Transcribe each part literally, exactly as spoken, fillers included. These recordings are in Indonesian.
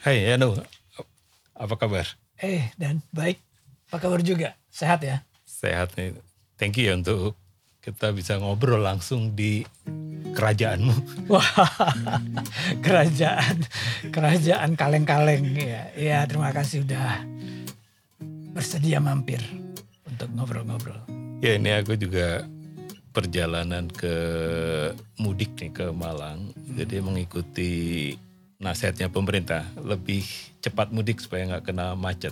Hai Yano, apa kabar? Eh Dan, baik. Apa kabar juga? Sehat ya? Sehat nih. Thank you ya untuk kita bisa ngobrol langsung di kerajaanmu. Wah, kerajaan, kerajaan kaleng-kaleng ya. Ya, terima kasih udah bersedia mampir untuk ngobrol-ngobrol. Ya ini aku juga perjalanan ke mudik nih ke Malang. Jadi mengikuti nasihatnya pemerintah, lebih cepat mudik supaya nggak kena macet.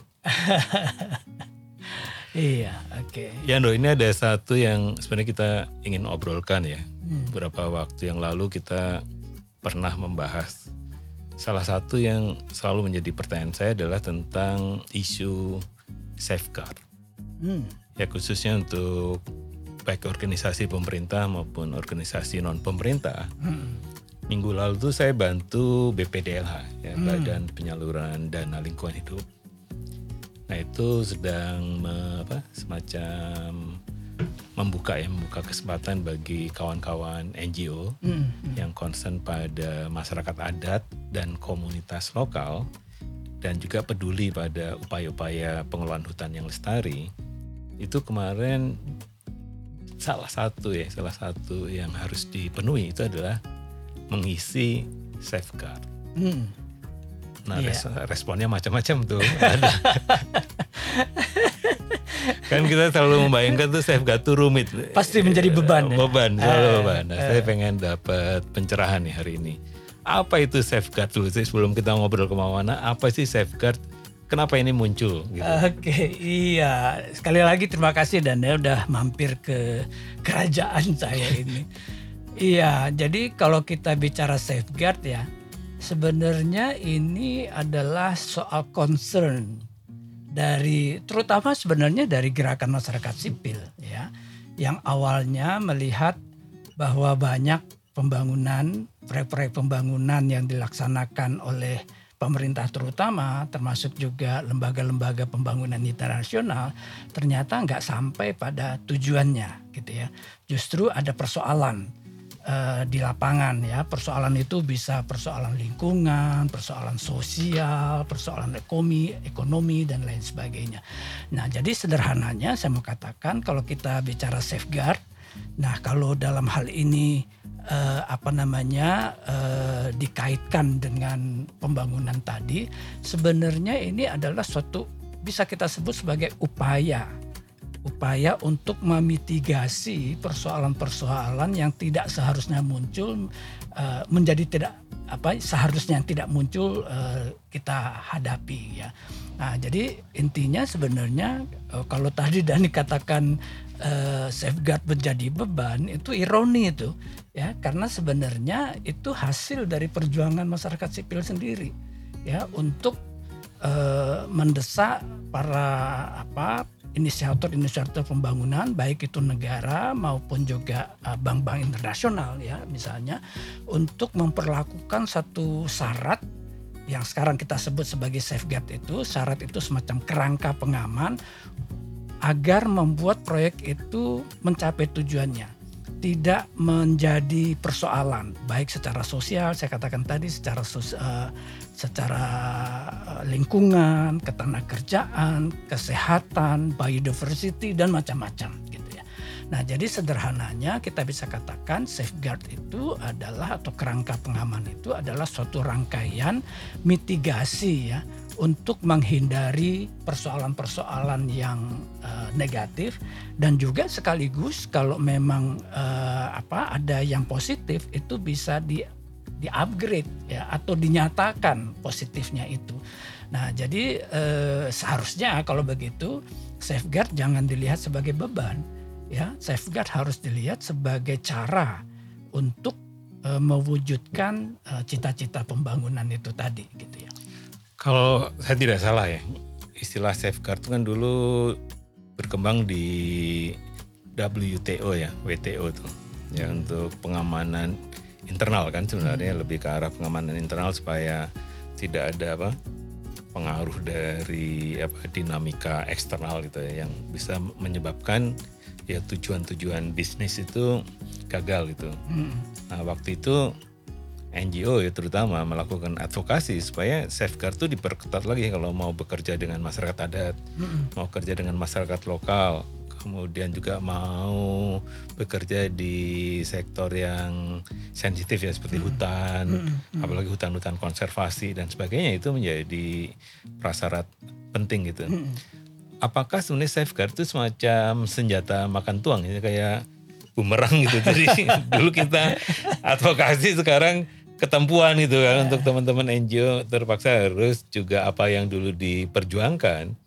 Iya, oke. Okay. Ya Ando, ini ada satu yang sebenarnya kita ingin obrolkan ya. Hmm. Beberapa waktu yang lalu kita pernah membahas. Salah satu yang selalu menjadi pertanyaan saya adalah tentang isu safeguard. Hmm. Ya khususnya untuk baik organisasi pemerintah maupun organisasi non pemerintah. Hmm. Minggu lalu tuh saya bantu B P D L H, ya, hmm. Badan Penyaluran Dana Lingkungan Hidup. Nah itu sedang me, apa, semacam membuka ya, membuka kesempatan bagi kawan-kawan N G O hmm. yang concern pada masyarakat adat dan komunitas lokal dan juga peduli pada upaya-upaya pengelolaan hutan yang lestari. Itu kemarin salah satu ya, salah satu yang harus dipenuhi itu adalah mengisi safeguard. Hmm. Nah yeah. res- responnya macam-macam tuh. Ada. Kan kita selalu membayangkan tuh safeguard tuh rumit. Pasti menjadi beban. Ya? Beban, selalu uh, beban. Nah, uh. saya pengen dapat pencerahan nih hari ini. Apa itu safeguard dulu sih sebelum kita ngobrol kemana-mana? Apa sih safeguard? Kenapa ini muncul? Gitu. Oke, okay, iya. Sekali lagi terima kasih dan ya udah mampir ke kerajaan saya ini. Iya, jadi kalau kita bicara safeguard ya, sebenarnya ini adalah soal concern dari, terutama sebenarnya dari gerakan masyarakat sipil ya, yang awalnya melihat bahwa banyak pembangunan, proyek-proyek pembangunan yang dilaksanakan oleh pemerintah terutama, termasuk juga lembaga-lembaga pembangunan internasional, ternyata nggak sampai pada tujuannya gitu ya. Justru ada persoalan Uh, di lapangan ya, persoalan itu bisa persoalan lingkungan, persoalan sosial, persoalan ekonomi, ekonomi dan lain sebagainya. Nah, jadi sederhananya saya mau katakan kalau kita bicara safeguard, nah kalau dalam hal ini uh, apa namanya uh, dikaitkan dengan pembangunan tadi, sebenarnya ini adalah suatu bisa kita sebut sebagai upaya. upaya untuk memitigasi persoalan-persoalan yang tidak seharusnya muncul uh, menjadi tidak apa seharusnya tidak muncul uh, kita hadapi ya. Nah, jadi intinya sebenarnya uh, kalau tadi Dani katakan uh, safeguard menjadi beban, itu ironi itu ya, karena sebenarnya itu hasil dari perjuangan masyarakat sipil sendiri ya untuk uh, mendesak para apa inisiator-inisiator pembangunan, baik itu negara maupun juga uh, bank-bank internasional ya misalnya, untuk memperlakukan satu syarat yang sekarang kita sebut sebagai safeguard itu. Syarat itu semacam kerangka pengaman agar membuat proyek itu mencapai tujuannya, tidak menjadi persoalan baik secara sosial, saya katakan tadi secara sos, uh, secara lingkungan, ketenagakerjaan, kesehatan, biodiversity dan macam-macam gitu ya. Nah, jadi sederhananya kita bisa katakan safeguard itu adalah atau kerangka pengaman itu adalah suatu rangkaian mitigasi ya untuk menghindari persoalan-persoalan yang uh, negatif, dan juga sekaligus kalau memang uh, apa ada yang positif itu bisa di di-upgrade ya atau dinyatakan positifnya itu. Nah, jadi eh, seharusnya kalau begitu safeguard jangan dilihat sebagai beban ya. Safeguard harus dilihat sebagai cara untuk eh, mewujudkan eh, cita-cita pembangunan itu tadi gitu ya. Kalau saya tidak salah ya, istilah safeguard itu kan dulu berkembang di W T O ya, W T O tuh ya, untuk pengamanan internal kan sebenarnya, hmm. lebih ke arah pengamanan internal supaya tidak ada apa pengaruh dari apa dinamika eksternal gitu ya yang bisa menyebabkan ya tujuan-tujuan bisnis itu gagal gitu. Hmm. Nah, waktu itu N G O ya terutama melakukan advokasi supaya safeguard itu diperketat lagi kalau mau bekerja dengan masyarakat adat, mm-hmm. mau kerja dengan masyarakat lokal, kemudian juga mau bekerja di sektor yang sensitif ya seperti mm-hmm. hutan, mm-hmm. apalagi hutan-hutan konservasi dan sebagainya, itu menjadi prasyarat penting gitu. Mm-hmm. Apakah sebenarnya safeguard itu semacam senjata makan tuang ya, kayak bumerang gitu. Jadi dulu kita advokasi, sekarang ketempuan gitu kan, yeah. Untuk teman-teman N G O terpaksa harus juga apa yang dulu diperjuangkan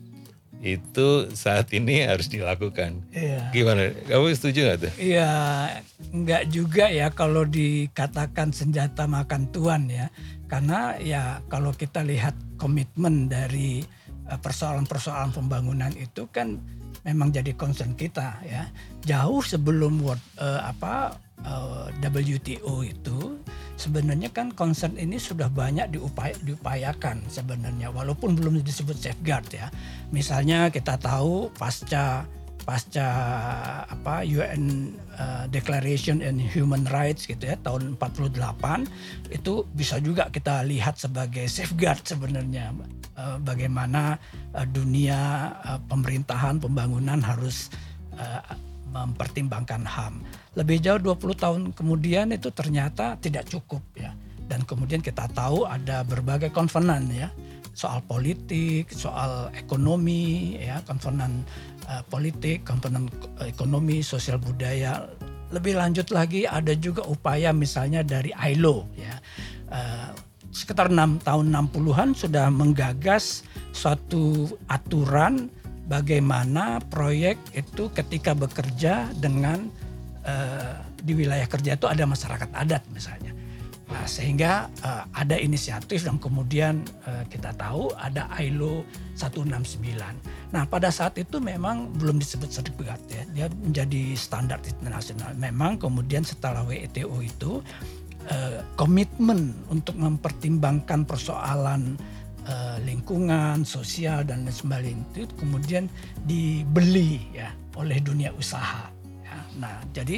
itu saat ini harus dilakukan. Yeah. Gimana? Kamu setuju nggak tuh? Iya, yeah, nggak juga ya kalau dikatakan senjata makan tuan ya, karena ya kalau kita lihat komitmen dari uh, persoalan-persoalan pembangunan itu kan memang jadi concern kita ya, jauh sebelum World, uh, apa uh, W T O itu. Sebenarnya kan concern ini sudah banyak diupaya, diupayakan sebenarnya, walaupun belum disebut safeguard ya. Misalnya kita tahu pasca pasca apa U N uh, Declaration on Human Rights gitu ya tahun empat puluh delapan, itu bisa juga kita lihat sebagai safeguard sebenarnya, uh, bagaimana uh, dunia uh, pemerintahan pembangunan harus uh, mempertimbangkan H A M. Lebih jauh dua puluh tahun kemudian itu ternyata tidak cukup ya. Dan kemudian kita tahu ada berbagai konvenan ya, soal politik, soal ekonomi ya, konvenan uh, politik, konvenan ekonomi, sosial budaya. Lebih lanjut lagi ada juga upaya misalnya dari I L O ya. Uh, sekitar enam tahun enam puluhan sudah menggagas suatu aturan bagaimana proyek itu ketika bekerja dengan uh, di wilayah kerja itu ada masyarakat adat misalnya. Nah, sehingga uh, ada inisiatif dan kemudian uh, kita tahu ada I L O seratus enam puluh sembilan. Nah, pada saat itu memang belum disebut sertifikat ya. Dia menjadi standar internasional. Memang kemudian setelah W T O itu uh, komitmen untuk mempertimbangkan persoalan Uh, lingkungan, sosial dan lain sebagainya itu kemudian dibeli ya oleh dunia usaha. Ya. Nah, jadi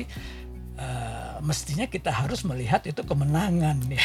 uh, mestinya kita harus melihat itu kemenangan ya.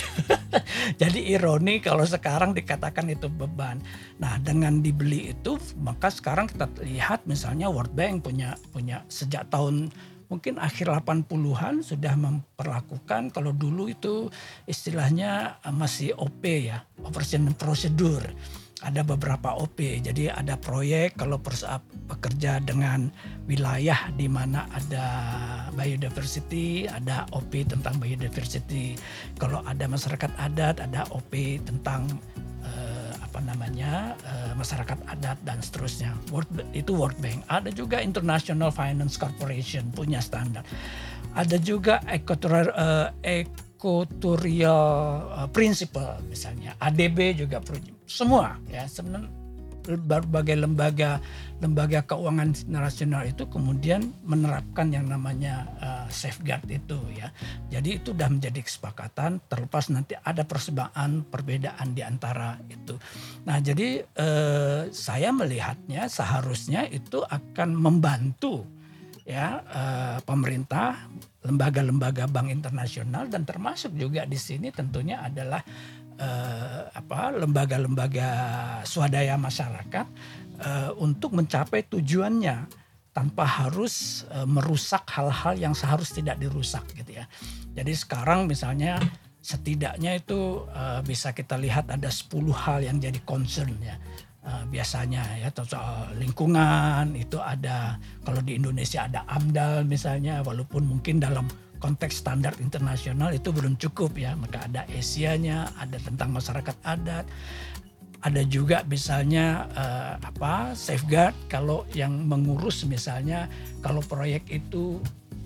Jadi ironi kalau sekarang dikatakan itu beban. Nah, dengan dibeli itu maka sekarang kita lihat misalnya World Bank punya punya sejak tahun mungkin akhir delapan puluhan sudah memperlakukan, kalau dulu itu istilahnya masih O P ya, Operation Procedure. Ada beberapa O P, jadi ada proyek kalau bekerja dengan wilayah di mana ada biodiversity, ada O P tentang biodiversity. Kalau ada masyarakat adat, ada O P tentang apa namanya uh, masyarakat adat dan seterusnya. World, itu World Bank. Ada juga International Finance Corporation punya standar. Ada juga Equatorial, uh, Equatorial uh, Principle misalnya. A D B juga semua ya sebenarnya berbagai lembaga lembaga keuangan internasional itu kemudian menerapkan yang namanya uh, safeguard itu ya. Jadi itu sudah menjadi kesepakatan, terlepas nanti ada persebaran perbedaan di antara itu. Nah, jadi uh, saya melihatnya seharusnya itu akan membantu ya uh, pemerintah, lembaga-lembaga bank internasional, dan termasuk juga di sini tentunya adalah Uh, apa lembaga-lembaga swadaya masyarakat uh, untuk mencapai tujuannya tanpa harus uh, merusak hal-hal yang seharus tidak dirusak gitu ya. Jadi sekarang misalnya setidaknya itu uh, bisa kita lihat ada sepuluh hal yang jadi concern ya. Uh, biasanya ya soal lingkungan itu ada, kalau di Indonesia ada AMDAL misalnya, walaupun mungkin dalam konteks standar internasional itu belum cukup ya, maka ada Asianya, ada tentang masyarakat adat, ada juga misalnya uh, apa safeguard kalau yang mengurus misalnya kalau proyek itu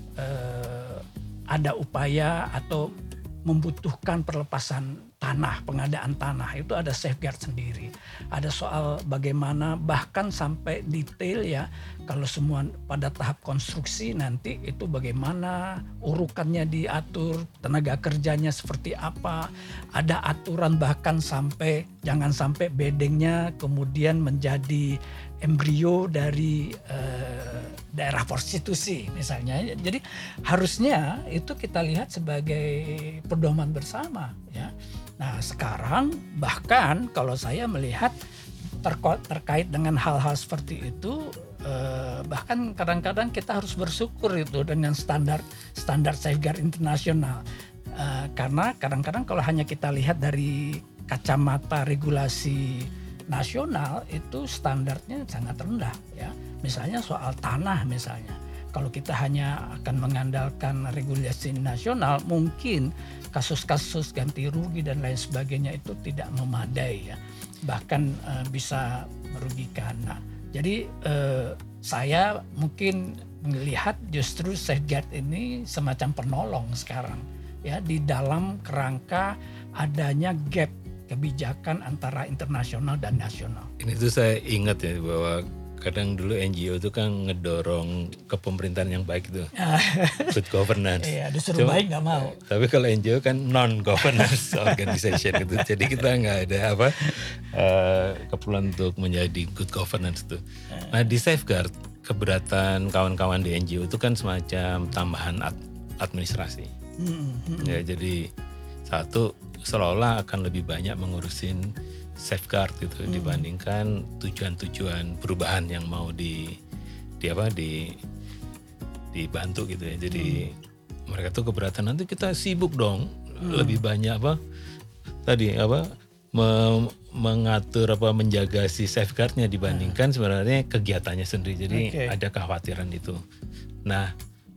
uh, ada upaya atau membutuhkan perlepasan tanah, pengadaan tanah, itu ada safeguard sendiri. Ada soal bagaimana bahkan sampai detail ya, kalau semua pada tahap konstruksi nanti itu bagaimana urukannya diatur, tenaga kerjanya seperti apa. Ada aturan bahkan sampai jangan sampai bedengnya kemudian menjadi embrio dari uh, daerah prostitusi misalnya. Jadi harusnya itu kita lihat sebagai pedoman bersama ya. Nah sekarang bahkan kalau saya melihat terko- terkait dengan hal-hal seperti itu, uh, bahkan kadang-kadang kita harus bersyukur itu dengan standar standar safeguard internasional. Uh, karena kadang-kadang kalau hanya kita lihat dari kacamata regulasi nasional itu standarnya sangat rendah ya. Misalnya soal tanah misalnya. Kalau kita hanya akan mengandalkan regulasi nasional, mungkin kasus-kasus ganti rugi dan lain sebagainya itu tidak memadai ya. Bahkan uh, bisa merugikan. Nah, jadi uh, saya mungkin melihat justru safeguard ini semacam penolong sekarang ya di dalam kerangka adanya gap kebijakan antara internasional dan nasional. Ini tuh saya ingat ya bahwa kadang dulu N G O itu kan ngedorong ke pemerintahan yang baik itu, good governance. Iya, disuruh Cuma, baik nggak mau. Tapi kalau N G O kan non-governance organization gitu, jadi kita nggak ada apa uh, keperluan untuk menjadi good governance itu. Nah di safeguard keberatan kawan-kawan di N G O itu kan semacam tambahan ad- administrasi. Hmm, hmm. Ya jadi satu seolah-olah akan lebih banyak mengurusin safeguard gitu hmm. dibandingkan tujuan-tujuan perubahan yang mau di di apa di dibantu gitu ya. Jadi hmm. mereka tuh keberatan nanti kita sibuk dong hmm. lebih banyak apa tadi apa me, mengatur apa menjaga si safeguardnya dibandingkan hmm. sebenarnya kegiatannya sendiri. Jadi okay. ada kekhawatiran itu. Nah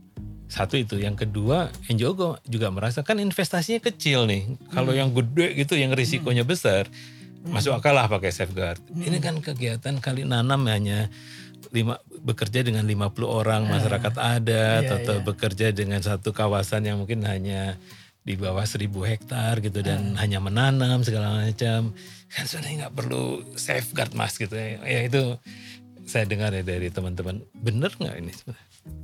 satu itu, yang kedua N G O juga merasakan investasinya kecil nih. Kalau hmm. yang gede gitu, yang risikonya hmm. besar, hmm. masuk akal lah pakai safeguard. Hmm. Ini kan kegiatan kali nanam hanya lima, bekerja dengan lima puluh orang masyarakat adat, yeah, atau yeah. bekerja dengan satu kawasan yang mungkin hanya di bawah seribu hektar gitu dan hmm. hanya menanam segala macam. Kan sebenarnya nggak perlu safeguard mas gitu ya. Ya itu saya dengar ya dari teman-teman. Bener nggak ini sebenarnya?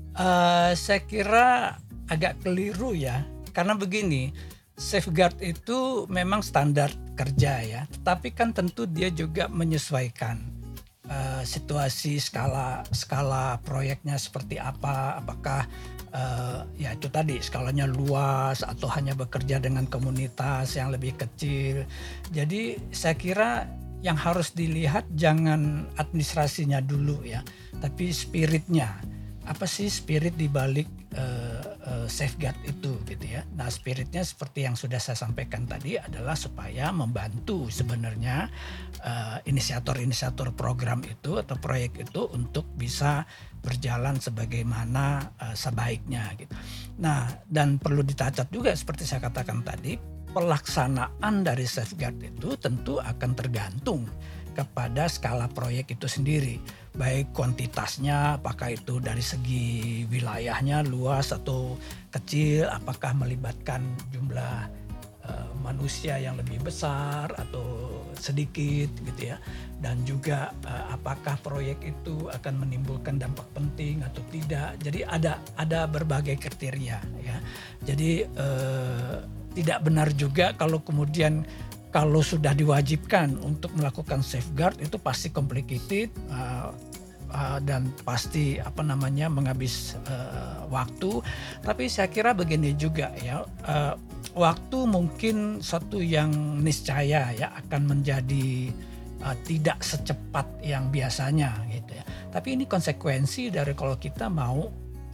Uh, saya kira agak keliru ya, karena begini, safeguard itu memang standar kerja ya, tetapi kan tentu dia juga menyesuaikan uh, situasi skala skala proyeknya seperti apa, apakah uh, ya itu tadi skalanya luas atau hanya bekerja dengan komunitas yang lebih kecil. Jadi saya kira yang harus dilihat jangan administrasinya dulu ya, tapi spiritnya. Apa sih spirit di balik uh, uh, safeguard itu gitu ya. Nah spiritnya seperti yang sudah saya sampaikan tadi adalah supaya membantu sebenarnya uh, inisiator-inisiator program itu atau proyek itu untuk bisa berjalan sebagaimana uh, sebaiknya gitu. Nah dan perlu dicatat juga seperti saya katakan tadi, pelaksanaan dari safeguard itu tentu akan tergantung kepada skala proyek itu sendiri, baik kuantitasnya, apakah itu dari segi wilayahnya luas atau kecil, apakah melibatkan jumlah uh, manusia yang lebih besar atau sedikit gitu ya, dan juga uh, apakah proyek itu akan menimbulkan dampak penting atau tidak. Jadi ada ada berbagai kriteria ya. Jadi uh, tidak benar juga kalau kemudian kalau sudah diwajibkan untuk melakukan safeguard itu pasti complicated uh, uh, dan pasti apa namanya menghabis uh, waktu. Tapi saya kira begini juga ya, uh, waktu mungkin satu yang niscaya ya akan menjadi uh, tidak secepat yang biasanya gitu ya. Tapi ini konsekuensi dari kalau kita mau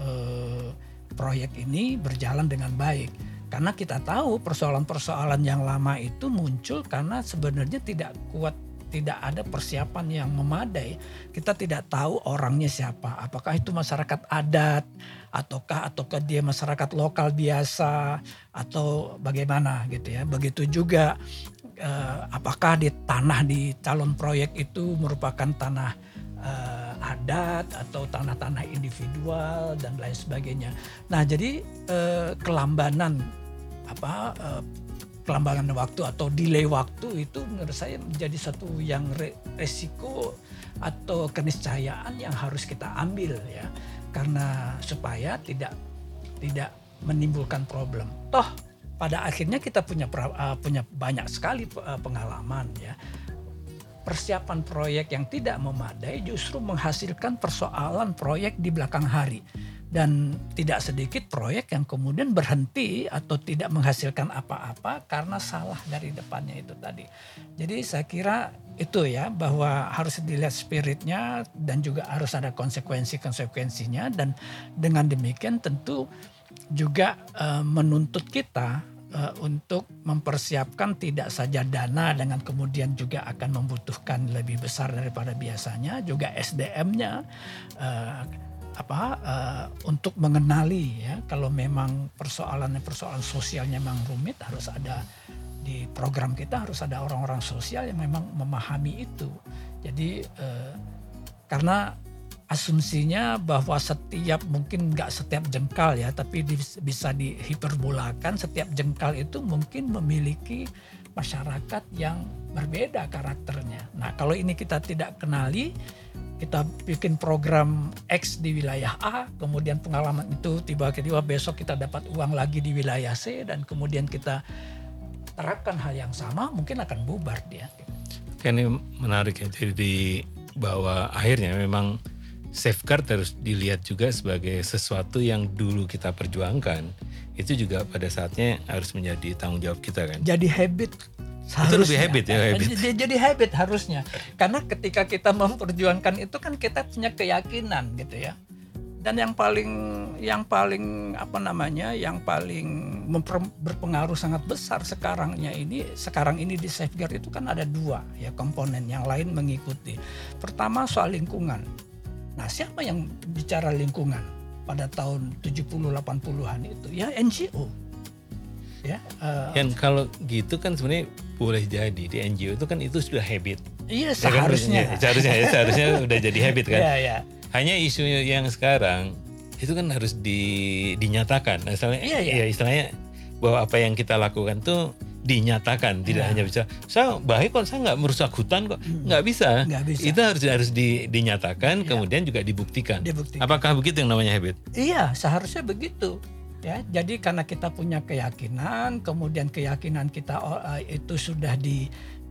uh, proyek ini berjalan dengan baik. Karena kita tahu persoalan-persoalan yang lama itu muncul karena sebenarnya tidak kuat, tidak ada persiapan yang memadai. Kita tidak tahu orangnya siapa, apakah itu masyarakat adat, ataukah ataukah dia masyarakat lokal biasa, atau bagaimana gitu ya. Begitu juga eh, apakah di tanah di calon proyek itu merupakan tanah eh, adat atau tanah-tanah individual dan lain sebagainya. Nah jadi eh, kelambanan apa uh, kelambanan waktu atau delay waktu itu menurut saya menjadi satu yang re- resiko atau keniscayaan yang harus kita ambil ya, karena supaya tidak tidak menimbulkan problem. Toh pada akhirnya kita punya uh, punya banyak sekali uh, pengalaman ya. persiapan proyek yang tidak memadai justru menghasilkan persoalan proyek di belakang hari. Dan tidak sedikit proyek yang kemudian berhenti atau tidak menghasilkan apa-apa karena salah dari depannya itu tadi. Jadi saya kira itu ya, bahwa harus dilihat spiritnya dan juga harus ada konsekuensi-konsekuensinya, dan dengan demikian tentu juga uh, menuntut kita uh, untuk mempersiapkan tidak saja dana, dengan kemudian juga akan membutuhkan lebih besar daripada biasanya, juga S D M-nya uh, apa uh, untuk mengenali ya, kalau memang persoalan-persoalan sosialnya memang rumit, harus ada di program kita, harus ada orang-orang sosial yang memang memahami itu. Jadi uh, karena asumsinya bahwa setiap, mungkin nggak setiap jengkal ya, tapi di, bisa dihiperbolakan, setiap jengkal itu mungkin memiliki masyarakat yang berbeda karakternya. Nah kalau ini kita tidak kenali, kita bikin program X di wilayah A, kemudian pengalaman itu tiba-tiba besok kita dapat uang lagi di wilayah C, dan kemudian kita terapkan hal yang sama, mungkin akan bubar dia. Ini menarik ya, jadi bahwa akhirnya memang safeguard harus dilihat juga sebagai sesuatu yang dulu kita perjuangkan, itu juga pada saatnya harus menjadi tanggung jawab kita kan. Jadi habit. Itu lebih habit ya, habit. Jadi, jadi habit harusnya. Karena ketika kita memperjuangkan itu kan kita punya keyakinan gitu ya. Dan yang paling yang paling apa namanya, yang paling memper, berpengaruh sangat besar sekarangnya ini, sekarang ini di safeguard itu kan ada dua ya komponen, yang lain mengikuti. Pertama soal lingkungan. Nah, siapa yang bicara lingkungan pada tahun tujuh puluh delapan puluhan itu? Ya N G O. Ya, uh, Dan kalau gitu kan sebenarnya boleh jadi di N G O itu kan itu sudah habit. Iya, Ya seharusnya. kan, seharusnya ya, seharusnya udah jadi habit kan. Iya, iya. Hanya isu yang sekarang itu kan harus di, dinyatakan. Misalnya, iya, iya. ya istilahnya bahwa apa yang kita lakukan tuh dinyatakan, tidak ya. Hanya bisa saya baik kok, saya nggak merusak hutan kok, hmm. nggak bisa. Nggak bisa. Itu harus harus di, dinyatakan, ya. Kemudian juga dibuktikan. dibuktikan. Apakah begitu yang namanya habit? Iya, seharusnya begitu. Ya, jadi karena kita punya keyakinan, kemudian keyakinan kita uh, itu sudah di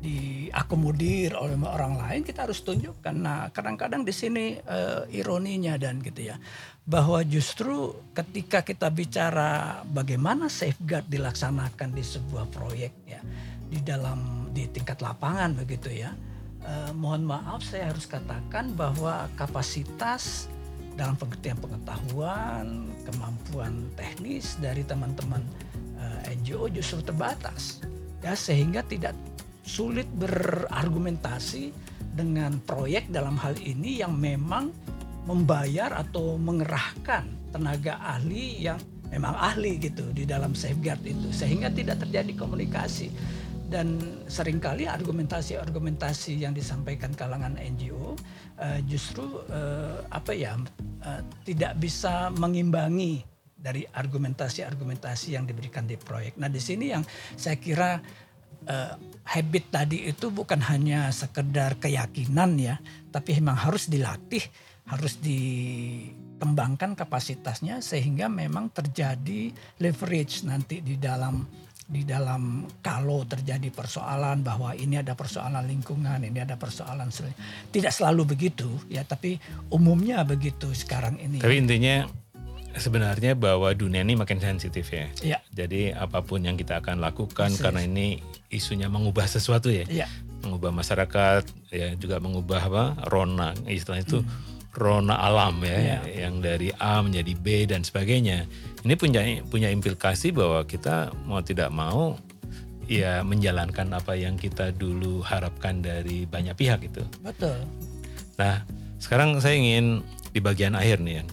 diakomodir oleh orang lain, kita harus tunjukkan. Nah, kadang-kadang di sini uh, ironinya dan gitu ya, bahwa justru ketika kita bicara bagaimana safeguard dilaksanakan di sebuah proyek ya, di dalam di tingkat lapangan begitu ya, uh, mohon maaf saya harus katakan bahwa kapasitas dalam pengertian pengetahuan, kemampuan teknis dari teman-teman uh, N G O justru terbatas, ya, sehingga tidak sulit berargumentasi dengan proyek dalam hal ini yang memang membayar atau mengerahkan tenaga ahli yang memang ahli gitu di dalam safeguard itu, sehingga tidak terjadi komunikasi. Dan seringkali argumentasi-argumentasi yang disampaikan kalangan N G O uh, justru uh, apa ya uh, tidak bisa mengimbangi dari argumentasi-argumentasi yang diberikan di proyek. Nah, di sini yang saya kira uh, habit tadi itu bukan hanya sekedar keyakinan ya, tapi memang harus dilatih, harus dikembangkan kapasitasnya sehingga memang terjadi leverage nanti di dalam di dalam kalau terjadi persoalan bahwa ini ada persoalan lingkungan, ini ada persoalan sel- tidak selalu begitu ya, tapi umumnya begitu sekarang ini. Tapi intinya sebenarnya bahwa dunia ini makin sensitif ya. Ya. Jadi apapun yang kita akan lakukan, Persis. Karena ini isunya mengubah sesuatu ya. Ya. Mengubah masyarakat, ya juga mengubah apa? Rona, istilahnya itu hmm. rona alam ya, ya, yang dari A menjadi B dan sebagainya. Ini punya punya implikasi bahwa kita mau tidak mau ya menjalankan apa yang kita dulu harapkan dari banyak pihak itu. Betul. Nah, sekarang saya ingin di bagian akhir nih ya.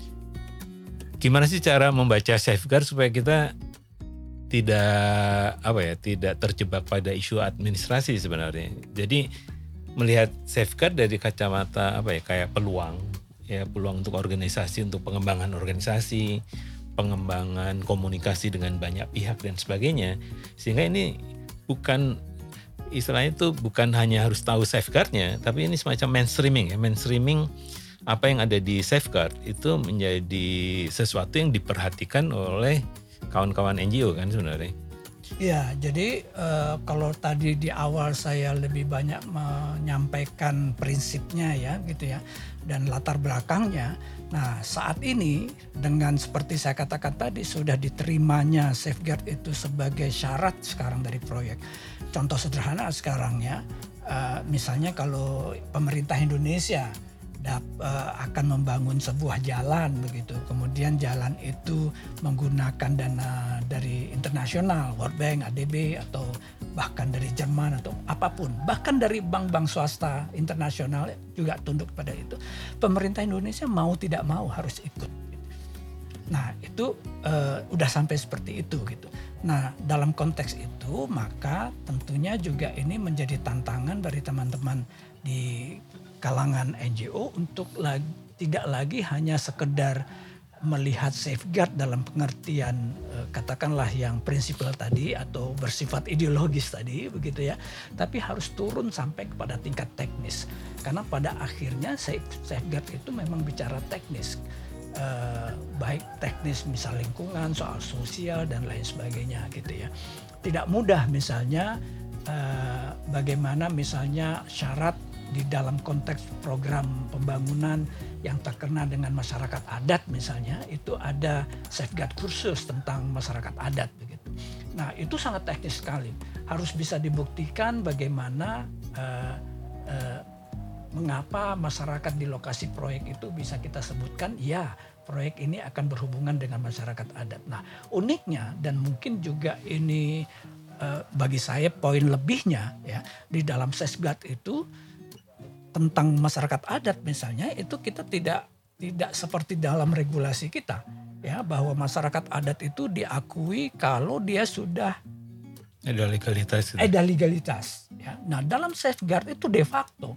Gimana sih cara membaca safeguard supaya kita tidak apa ya, tidak terjebak pada isu administrasi sebenarnya. Jadi melihat safeguard dari kacamata apa ya, kayak peluang ya, peluang untuk organisasi, untuk pengembangan organisasi, pengembangan komunikasi dengan banyak pihak dan sebagainya, sehingga ini bukan istilahnya itu bukan hanya harus tahu safeguardnya, tapi ini semacam mainstreaming ya, mainstreaming apa yang ada di safeguard itu menjadi sesuatu yang diperhatikan oleh kawan-kawan N G O kan sebenarnya. Ya, jadi eh, kalau tadi di awal saya lebih banyak menyampaikan prinsipnya ya gitu ya dan latar belakangnya. Nah saat ini dengan seperti saya katakan tadi sudah diterimanya safeguard itu sebagai syarat sekarang dari proyek. Contoh sederhana sekarang ya, eh, misalnya kalau pemerintah Indonesia Dap, uh, akan membangun sebuah jalan begitu. Kemudian jalan itu menggunakan dana dari internasional, World Bank, A D B atau bahkan dari Jerman atau apapun, bahkan dari bank-bank swasta internasional juga tunduk pada itu. Pemerintah Indonesia mau tidak mau harus ikut. Nah itu uh, udah sampai seperti itu gitu. Nah dalam konteks itu maka tentunya juga ini menjadi tantangan dari teman-teman di kalangan N G O untuk lagi, tidak lagi hanya sekedar melihat safeguard dalam pengertian eh, katakanlah yang prinsipal tadi atau bersifat ideologis tadi begitu ya, tapi harus turun sampai kepada tingkat teknis karena pada akhirnya safeguard itu memang bicara teknis, eh, baik teknis misal lingkungan, soal sosial dan lain sebagainya gitu ya. Tidak mudah misalnya eh, bagaimana misalnya syarat di dalam konteks program pembangunan yang terkena dengan masyarakat adat misalnya itu ada safeguard khusus tentang masyarakat adat begitu. Nah itu sangat teknis sekali, harus bisa dibuktikan bagaimana uh, uh, mengapa masyarakat di lokasi proyek itu bisa kita sebutkan ya proyek ini akan berhubungan dengan masyarakat adat. Nah uniknya dan mungkin juga ini uh, bagi saya poin lebihnya ya di dalam safeguard itu tentang masyarakat adat misalnya itu kita tidak tidak seperti dalam regulasi kita ya bahwa masyarakat adat itu diakui kalau dia sudah ada legalitas itu. ada legalitas ya. Nah dalam safeguard itu de facto.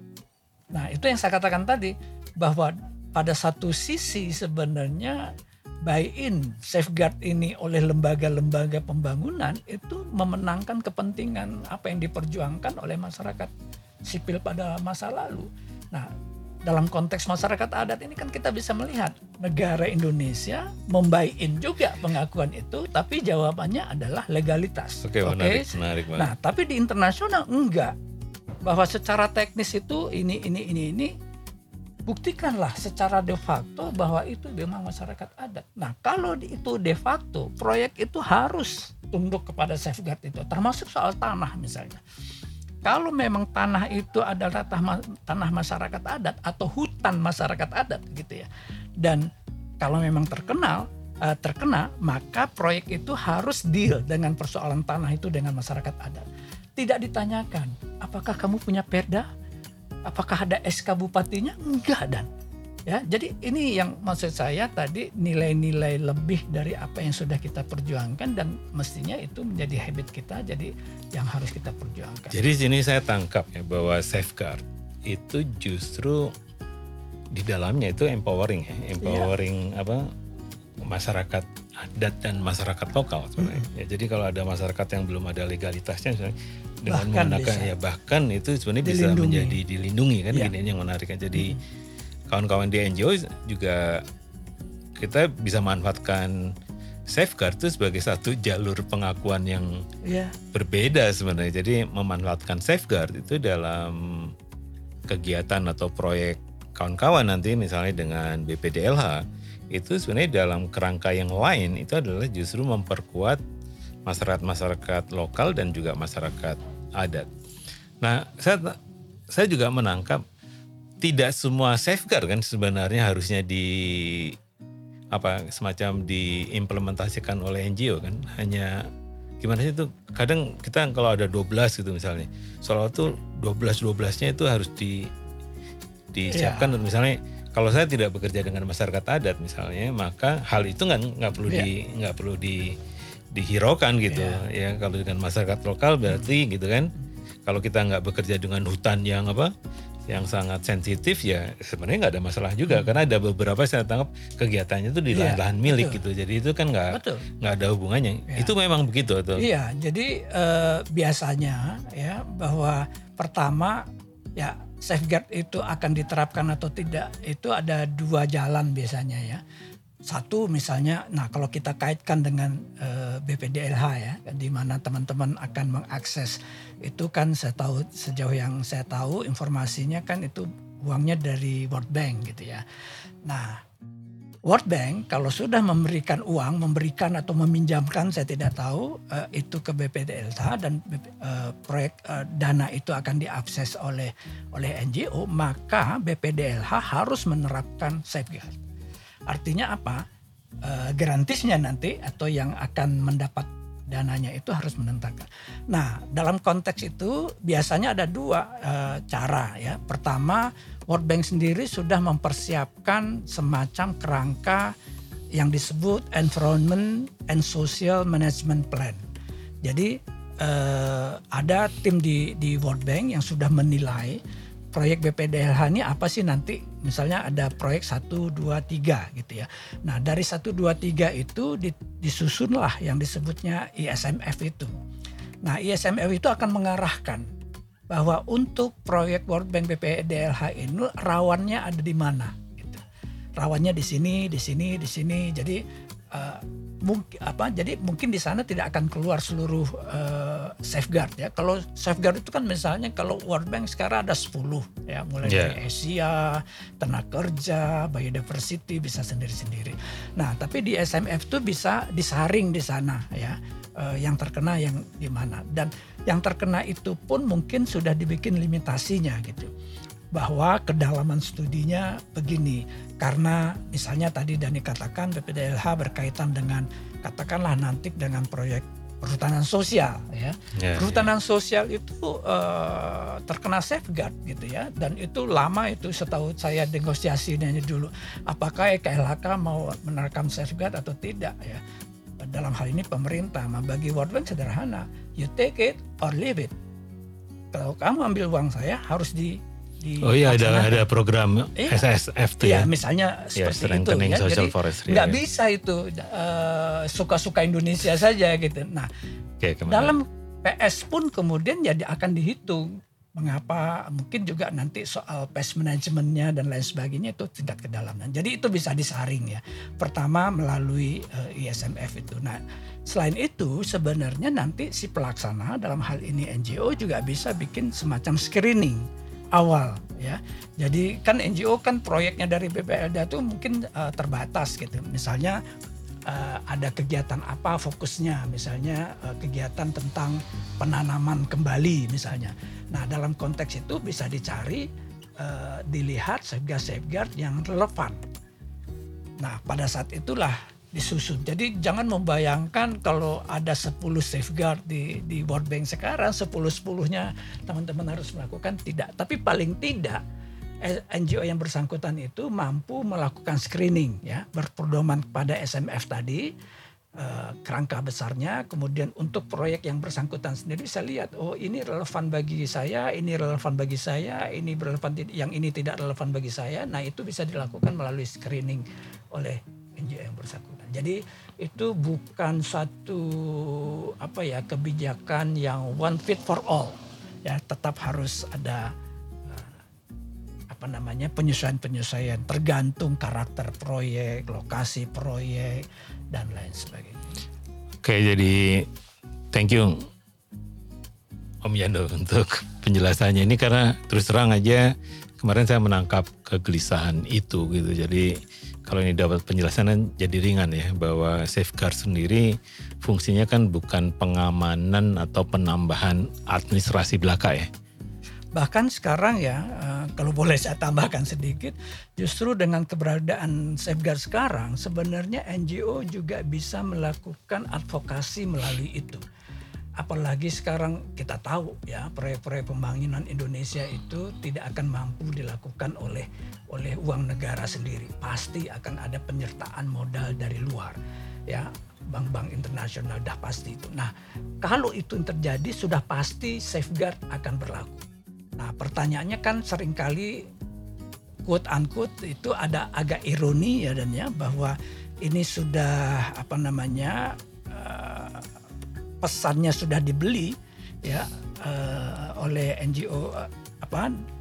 Nah itu yang saya katakan tadi bahwa pada satu sisi sebenarnya buy-in safeguard ini oleh lembaga-lembaga pembangunan itu memenangkan kepentingan apa yang diperjuangkan oleh masyarakat sipil pada masa lalu. Nah, dalam konteks masyarakat adat ini kan kita bisa melihat negara Indonesia membuy-in juga pengakuan itu, tapi jawabannya adalah legalitas. Oke, Oke. menarik, menarik banget. Nah, tapi di internasional enggak. Bahwa secara teknis itu ini ini ini ini buktikanlah secara de facto bahwa itu memang masyarakat adat. Nah, kalau itu de facto, proyek itu harus tunduk kepada safeguard itu, termasuk soal tanah misalnya. Kalau memang tanah itu adalah tanah masyarakat adat atau hutan masyarakat adat gitu ya. Dan kalau memang terkenal uh, terkena maka proyek itu harus deal dengan persoalan tanah itu dengan masyarakat adat. Tidak ditanyakan apakah kamu punya perda? Apakah ada S K bupatinya? Enggak dan. Ya, jadi ini yang maksud saya tadi nilai-nilai lebih dari apa yang sudah kita perjuangkan dan mestinya itu menjadi habit kita, jadi yang harus kita perjuangkan. Jadi sini saya tangkap ya bahwa safeguard itu justru di dalamnya itu empowering ya, empowering ya. Apa masyarakat adat dan masyarakat lokal sebenarnya. Hmm. Ya, jadi kalau ada masyarakat yang belum ada legalitasnya misalnya, dengan bahkan menggunakan bisa. ya bahkan itu sebenarnya dilindungi. bisa menjadi dilindungi kan, ya. Gini yang menarik kan. Jadi hmm. kawan-kawan di N G O juga kita bisa manfaatkan safeguard itu sebagai satu jalur pengakuan yang yeah. berbeda sebenarnya. Jadi memanfaatkan safeguard itu dalam kegiatan atau proyek kawan-kawan nanti misalnya dengan B P D L H itu sebenarnya dalam kerangka yang lain itu adalah justru memperkuat masyarakat-masyarakat lokal dan juga masyarakat adat. Nah, saya saya juga menangkap tidak semua safeguard kan sebenarnya harusnya di apa semacam diimplementasikan oleh N G O kan, hanya gimana sih itu kadang kita kalau ada dua belas gitu misalnya soal itu dua belas dua belasnya itu harus di disiapkan ya. Misalnya kalau saya tidak bekerja dengan masyarakat adat misalnya maka hal itu nggak nggak perlu ya. di nggak perlu di dihiraukan gitu ya. Ya kalau dengan masyarakat lokal berarti hmm. gitu kan kalau kita nggak bekerja dengan hutan yang apa yang sangat sensitif ya sebenarnya nggak ada masalah juga hmm. karena ada beberapa saya tangkap kegiatannya itu di lahan-lahan ya, milik betul. gitu jadi itu kan nggak nggak ada hubungannya ya. Itu memang begitu atau iya jadi eh, biasanya ya bahwa pertama ya safeguard itu akan diterapkan atau tidak itu ada dua jalan biasanya ya. Satu misalnya, nah kalau kita kaitkan dengan uh, B P D L H ya, di mana teman-teman akan mengakses itu kan saya tahu sejauh yang saya tahu informasinya kan itu uangnya dari World Bank gitu ya. Nah World Bank kalau sudah memberikan uang, memberikan atau meminjamkan saya tidak tahu uh, itu ke B P D L H dan uh, proyek uh, dana itu akan diakses oleh oleh N G O, maka B P D L H harus menerapkan safeguard. Artinya apa? E, garantisnya nanti atau yang akan mendapat dananya itu harus menentukan. Nah, dalam konteks itu biasanya ada dua e, cara ya. Pertama, World Bank sendiri sudah mempersiapkan semacam kerangka yang disebut Environment and Social Management Plan. Jadi e, ada tim di di World Bank yang sudah menilai proyek B P D L H ini apa sih nanti, misalnya ada proyek satu, dua, tiga gitu ya. Nah dari satu, dua, tiga itu disusunlah yang disebutnya I S M F itu. Nah I S M F itu akan mengarahkan bahwa untuk proyek World Bank B P D L H ini rawannya ada di mana. Gitu. Rawannya di sini, di sini, di sini. Jadi uh, mungkin apa? Jadi mungkin di sana tidak akan keluar seluruh uh, safeguard ya. Kalau safeguard itu kan misalnya kalau World Bank sekarang ada sepuluh ya, mulai yeah. dari Asia, tenaga kerja, biodiversity bisa sendiri-sendiri. Nah, tapi di S M F itu bisa disaring di sana ya. Uh, yang terkena yang di mana, dan yang terkena itu pun mungkin sudah dibikin limitasinya gitu. Bahwa kedalaman studinya begini, karena misalnya tadi Dani katakan B P D L H berkaitan dengan katakanlah nanti dengan proyek perhutanan sosial ya. Yeah, perhutanan yeah. sosial itu uh, terkena safeguard gitu ya, dan itu lama itu setahu saya negosiasinya dulu. Apakah K L H K mau menerapkan safeguard atau tidak ya. Dalam hal ini pemerintah, bagi World Bank sederhana, you take it or leave it. Kalau kamu ambil uang saya harus di Di oh iya ada ada program iya. S S F tuh ya. Ya misalnya ya, seperti itu ya. Jadi nggak ya. bisa itu uh, suka-suka Indonesia saja gitu. Nah Oke, dalam P S pun kemudian jadi akan dihitung. Mengapa mungkin juga nanti soal pest manajemennya dan lain sebagainya itu tingkat kedalaman. Jadi itu bisa disaring ya. Pertama melalui uh, I S M F itu. Nah selain itu sebenarnya nanti si pelaksana dalam hal ini N G O juga bisa bikin semacam screening awal ya. Jadi kan N G O kan proyeknya dari B P L D itu mungkin uh, terbatas gitu. Misalnya uh, ada kegiatan apa fokusnya, misalnya uh, kegiatan tentang penanaman kembali misalnya. Nah, dalam konteks itu bisa dicari uh, dilihat safeguard-safeguard yang relevan. Nah, pada saat itulah disusun. Jadi jangan membayangkan kalau ada sepuluh safeguard di di World Bank sekarang sepuluh-sepuluhnya teman-teman harus melakukan, tidak. Tapi paling tidak N G O yang bersangkutan itu mampu melakukan screening ya, berpedoman kepada S M F tadi eh, kerangka besarnya, kemudian untuk proyek yang bersangkutan sendiri bisa lihat oh ini relevan bagi saya, ini relevan bagi saya, ini relevan, yang ini tidak relevan bagi saya. Nah, itu bisa dilakukan melalui screening oleh N G O yang bersangkutan. Jadi itu bukan satu apa ya kebijakan yang one fit for all ya, tetap harus ada uh, apa namanya penyesuaian-penyesuaian tergantung karakter proyek, lokasi proyek dan lain sebagainya. Oke, jadi thank you Om Yando untuk penjelasannya ini, karena terus terang aja kemarin saya menangkap kegelisahan itu gitu. Jadi kalau ini dapat penjelasan jadi ringan ya, bahwa safeguard sendiri fungsinya kan bukan pengamanan atau penambahan administrasi belaka ya. Bahkan sekarang ya, kalau boleh saya tambahkan sedikit, justru dengan keberadaan safeguard sekarang sebenarnya N G O juga bisa melakukan advokasi melalui itu. Apalagi sekarang kita tahu ya, proyek-proyek pembangunan Indonesia itu tidak akan mampu dilakukan oleh oleh uang negara sendiri. Pasti akan ada penyertaan modal dari luar ya, bank-bank internasional dah pasti itu. Nah, kalau itu terjadi sudah pasti safeguard akan berlaku. Nah, pertanyaannya kan seringkali quote unquote itu ada agak ironi ya, dan ya, bahwa ini sudah apa namanya uh, pesannya sudah dibeli ya uh, oleh N G O uh, apa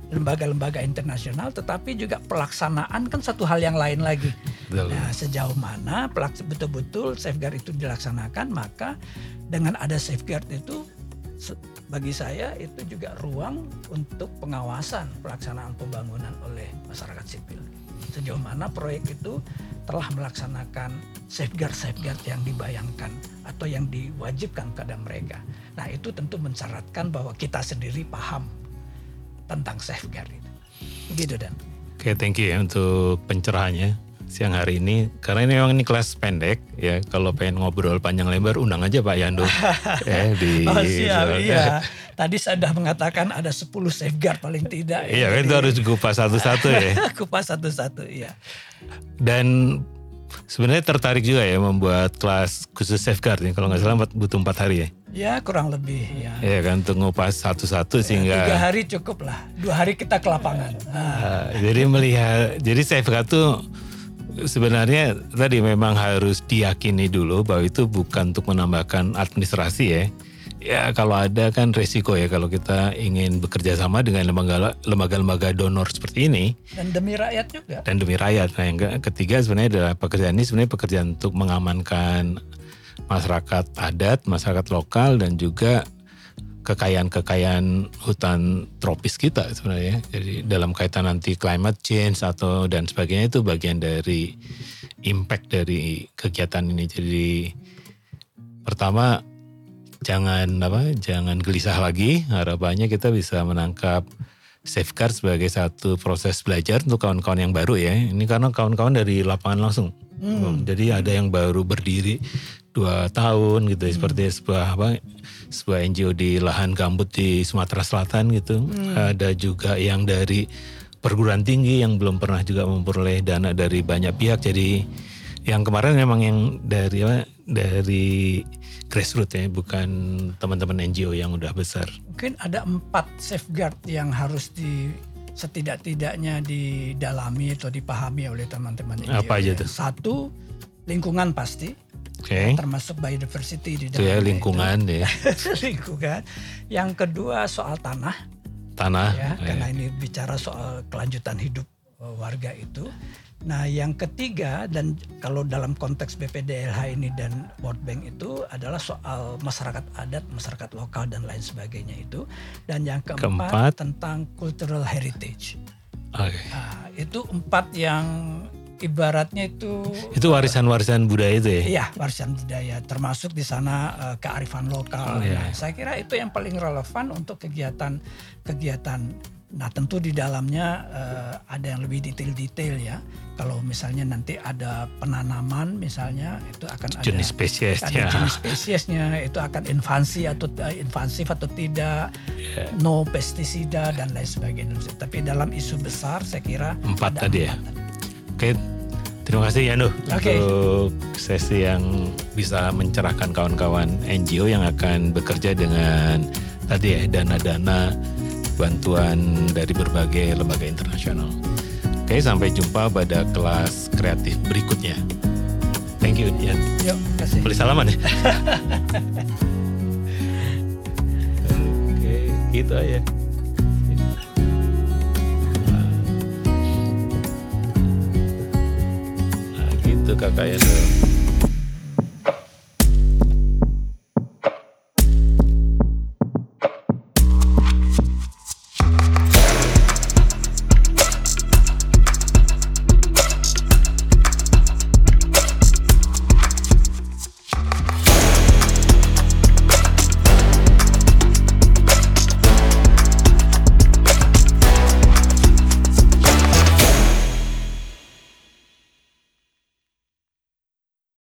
lembaga-lembaga internasional, tetapi juga pelaksanaan kan satu hal yang lain lagi. Betul. Nah, sejauh mana pelaks- betul-betul safeguard itu dilaksanakan, maka dengan ada safeguard itu se- bagi saya itu juga ruang untuk pengawasan pelaksanaan pembangunan oleh masyarakat sipil. Sejauh mana proyek itu telah melaksanakan safeguard-safeguard yang dibayangkan atau yang diwajibkan kepada mereka. Nah, itu tentu mensyaratkan bahwa kita sendiri paham tentang safeguard itu. Begitu, Dan. Oke, thank you ya untuk pencerahannya siang hari ini. Karena ini memang ini kelas pendek ya. Kalau pengen ngobrol panjang lebar, undang aja Pak Yando. ya, di, Oh siap, iya. Tadi saya sudah mengatakan ada sepuluh safeguard paling tidak. Iya, kan itu harus kupas satu-satu ya. Kupas satu-satu, iya. Dan sebenarnya tertarik juga ya membuat kelas khusus safeguard nih. Kalau nggak salah butuh empat hari ya. Ya kurang lebih ya. Iya kan, untuk ngupas satu-satu sehingga. Tiga hari cukup lah. Dua hari kita ke lapangan. Nah. Uh, jadi melihat, jadi safeguard tuh sebenarnya tadi memang harus diyakini dulu bahwa itu bukan untuk menambahkan administrasi ya. Ya kalau ada kan resiko ya kalau kita ingin bekerja sama dengan lembaga- lembaga-lembaga donor seperti ini. Dan demi rakyat juga. Dan demi rakyat. Nah yang ketiga sebenarnya adalah pekerjaan ini sebenarnya pekerjaan untuk mengamankan masyarakat adat, masyarakat lokal dan juga kekayaan-kekayaan hutan tropis kita sebenarnya. Jadi dalam kaitan nanti climate change atau dan sebagainya itu bagian dari impact dari kegiatan ini. Jadi pertama jangan apa jangan gelisah lagi. Harapannya kita bisa menangkap safeguard sebagai satu proses belajar untuk kawan-kawan yang baru ya. Ini karena kawan-kawan dari lapangan langsung. Hmm. Jadi ada yang baru berdiri dua tahun gitu, hmm. seperti sebuah apa, sebuah N G O di lahan gambut di Sumatera Selatan gitu. Hmm. Ada juga yang dari perguruan tinggi yang belum pernah juga memperoleh dana dari banyak pihak. Jadi yang kemarin memang yang dari apa, dari grassroots ya, bukan teman-teman N G O yang udah besar. Mungkin ada empat safeguard yang harus di setidak-tidaknya didalami atau dipahami oleh teman-teman N G O. Apa aja tuh? Satu, lingkungan pasti. Okay. Termasuk biodiversity di dalamnya. Itu ya lingkungan itu. ya. lingkungan. Yang kedua soal tanah. Tanah. Ya, ya. Karena ini bicara soal kelanjutan hidup warga itu. Nah yang ketiga, dan kalau dalam konteks B P D L H ini dan World Bank itu adalah soal masyarakat adat, masyarakat lokal dan lain sebagainya itu. Dan yang keempat, keempat. tentang cultural heritage. Okay. Nah, itu empat yang ibaratnya itu itu warisan-warisan budaya itu ya? Iya, warisan budaya, termasuk di sana uh, kearifan lokal. Oh, iya. Nah, saya kira itu yang paling relevan untuk kegiatan-kegiatan. Nah, tentu di dalamnya uh, ada yang lebih detail-detail ya. Kalau misalnya nanti ada penanaman misalnya itu akan jenis ada spesiesnya. Ada jenis spesiesnya, itu akan invasi atau uh, invasif atau tidak, yeah. no pestisida dan lain sebagainya. Tapi dalam isu besar saya kira empat ada tadi empat ya. tadi. Oke, terima kasih Yando okay. untuk sesi yang bisa mencerahkan kawan-kawan N G O yang akan bekerja dengan tadi ya dana-dana bantuan dari berbagai lembaga internasional. Oke, sampai jumpa pada kelas kreatif berikutnya. Thank you, Yan. Yuk, kasih. Boleh salaman ya? Oke, gitu aja. Nah, gitu kakaknya tuh.